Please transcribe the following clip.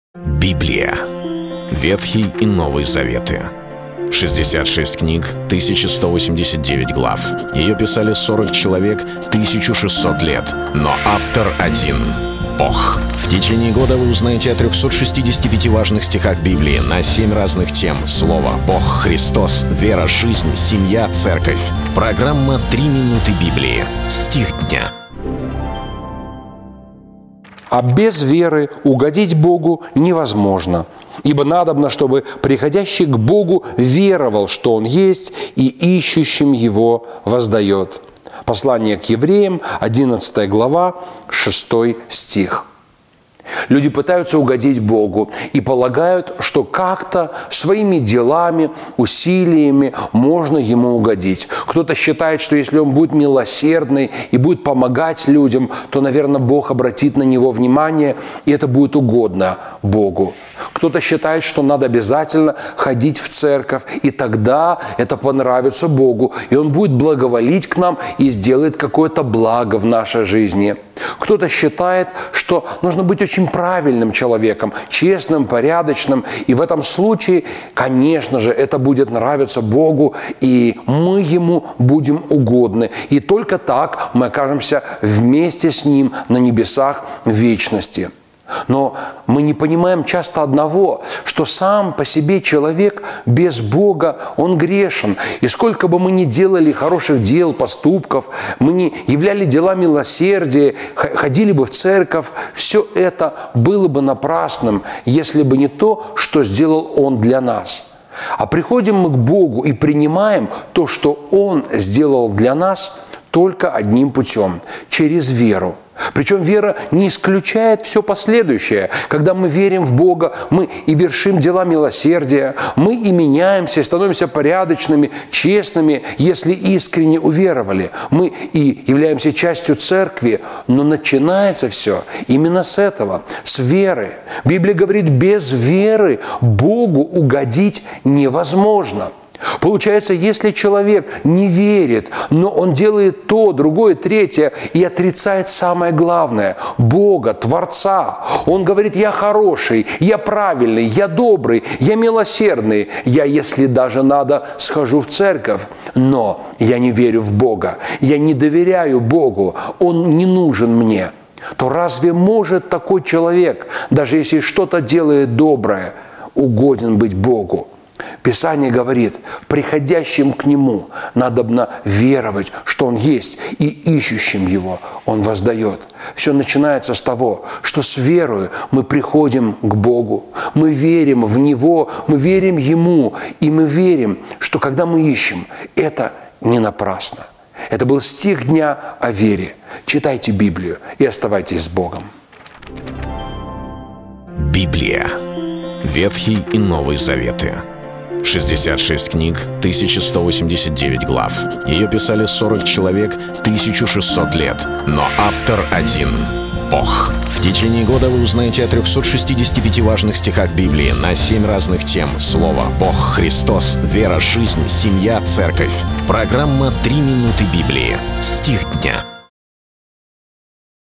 Библия. Ветхий и Новый Заветы. 66 книг, 1189 глав. Ее писали 40 человек, 1600 лет. Но автор один — Бог. В течение года вы узнаете о 365 важных стихах Библии на 7 разных тем. Слово, Бог, Христос, вера, жизнь, семья, церковь. Программа «3 минуты Библии». Стих дня. А без веры угодить Богу невозможно. Ибо надобно, чтобы приходящий к Богу веровал, что Он есть, и ищущим Его воздает. Послание к евреям, 11 глава, 6 стих. Люди пытаются угодить Богу и полагают, что как-то своими делами, усилиями можно Ему угодить. Кто-то считает, что если он будет милосердный и будет помогать людям, то, наверное, Бог обратит на него внимание, и это будет угодно Богу. Кто-то считает, что надо обязательно ходить в церковь, и тогда это понравится Богу, и Он будет благоволить к нам и сделает какое-то благо в нашей жизни. Кто-то считает, что нужно быть очень правильным человеком, честным, порядочным, и в этом случае, конечно же, это будет нравиться Богу, и мы Ему будем угодны. И только так мы окажемся вместе с Ним на небесах в вечности. Но мы не понимаем часто одного, что сам по себе человек без Бога, он грешен. И сколько бы мы ни делали хороших дел, поступков, мы не являли дела милосердия, ходили бы в церковь, все это было бы напрасным, если бы не то, что сделал Он для нас. А приходим мы к Богу и принимаем то, что Он сделал для нас, только одним путем – через веру. Причем вера не исключает все последующее. Когда мы верим в Бога, мы и вершим дела милосердия, мы и меняемся, и становимся порядочными, честными, если искренне уверовали. Мы и являемся частью церкви, но начинается все именно с этого, с веры. Библия говорит, без веры Богу угодить невозможно. Получается, если человек не верит, но он делает то, другое, третье и отрицает самое главное – Бога, Творца. Он говорит, я хороший, я правильный, я добрый, я милосердный, я, если даже надо, схожу в церковь, но я не верю в Бога, я не доверяю Богу, Он не нужен мне. То разве может такой человек, даже если что-то делает доброе, угоден быть Богу? Писание говорит, приходящим к Нему надобно веровать, что Он есть, и ищущим Его Он воздает. Все начинается с того, что с верою мы приходим к Богу, мы верим в Него, мы верим Ему, и мы верим, что когда мы ищем, это не напрасно. Это был стих дня о вере. Читайте Библию и оставайтесь с Богом. Библия. Ветхий и Новый Заветы. 66 книг, 1189 глав. Ее писали 40 человек, 1600 лет. Но автор один — Бог. В течение года вы узнаете о 365 важных стихах Библии на 7 разных тем. Слово, Бог, Христос, вера, жизнь, семья, церковь. Программа «3 минуты Библии». Стих дня.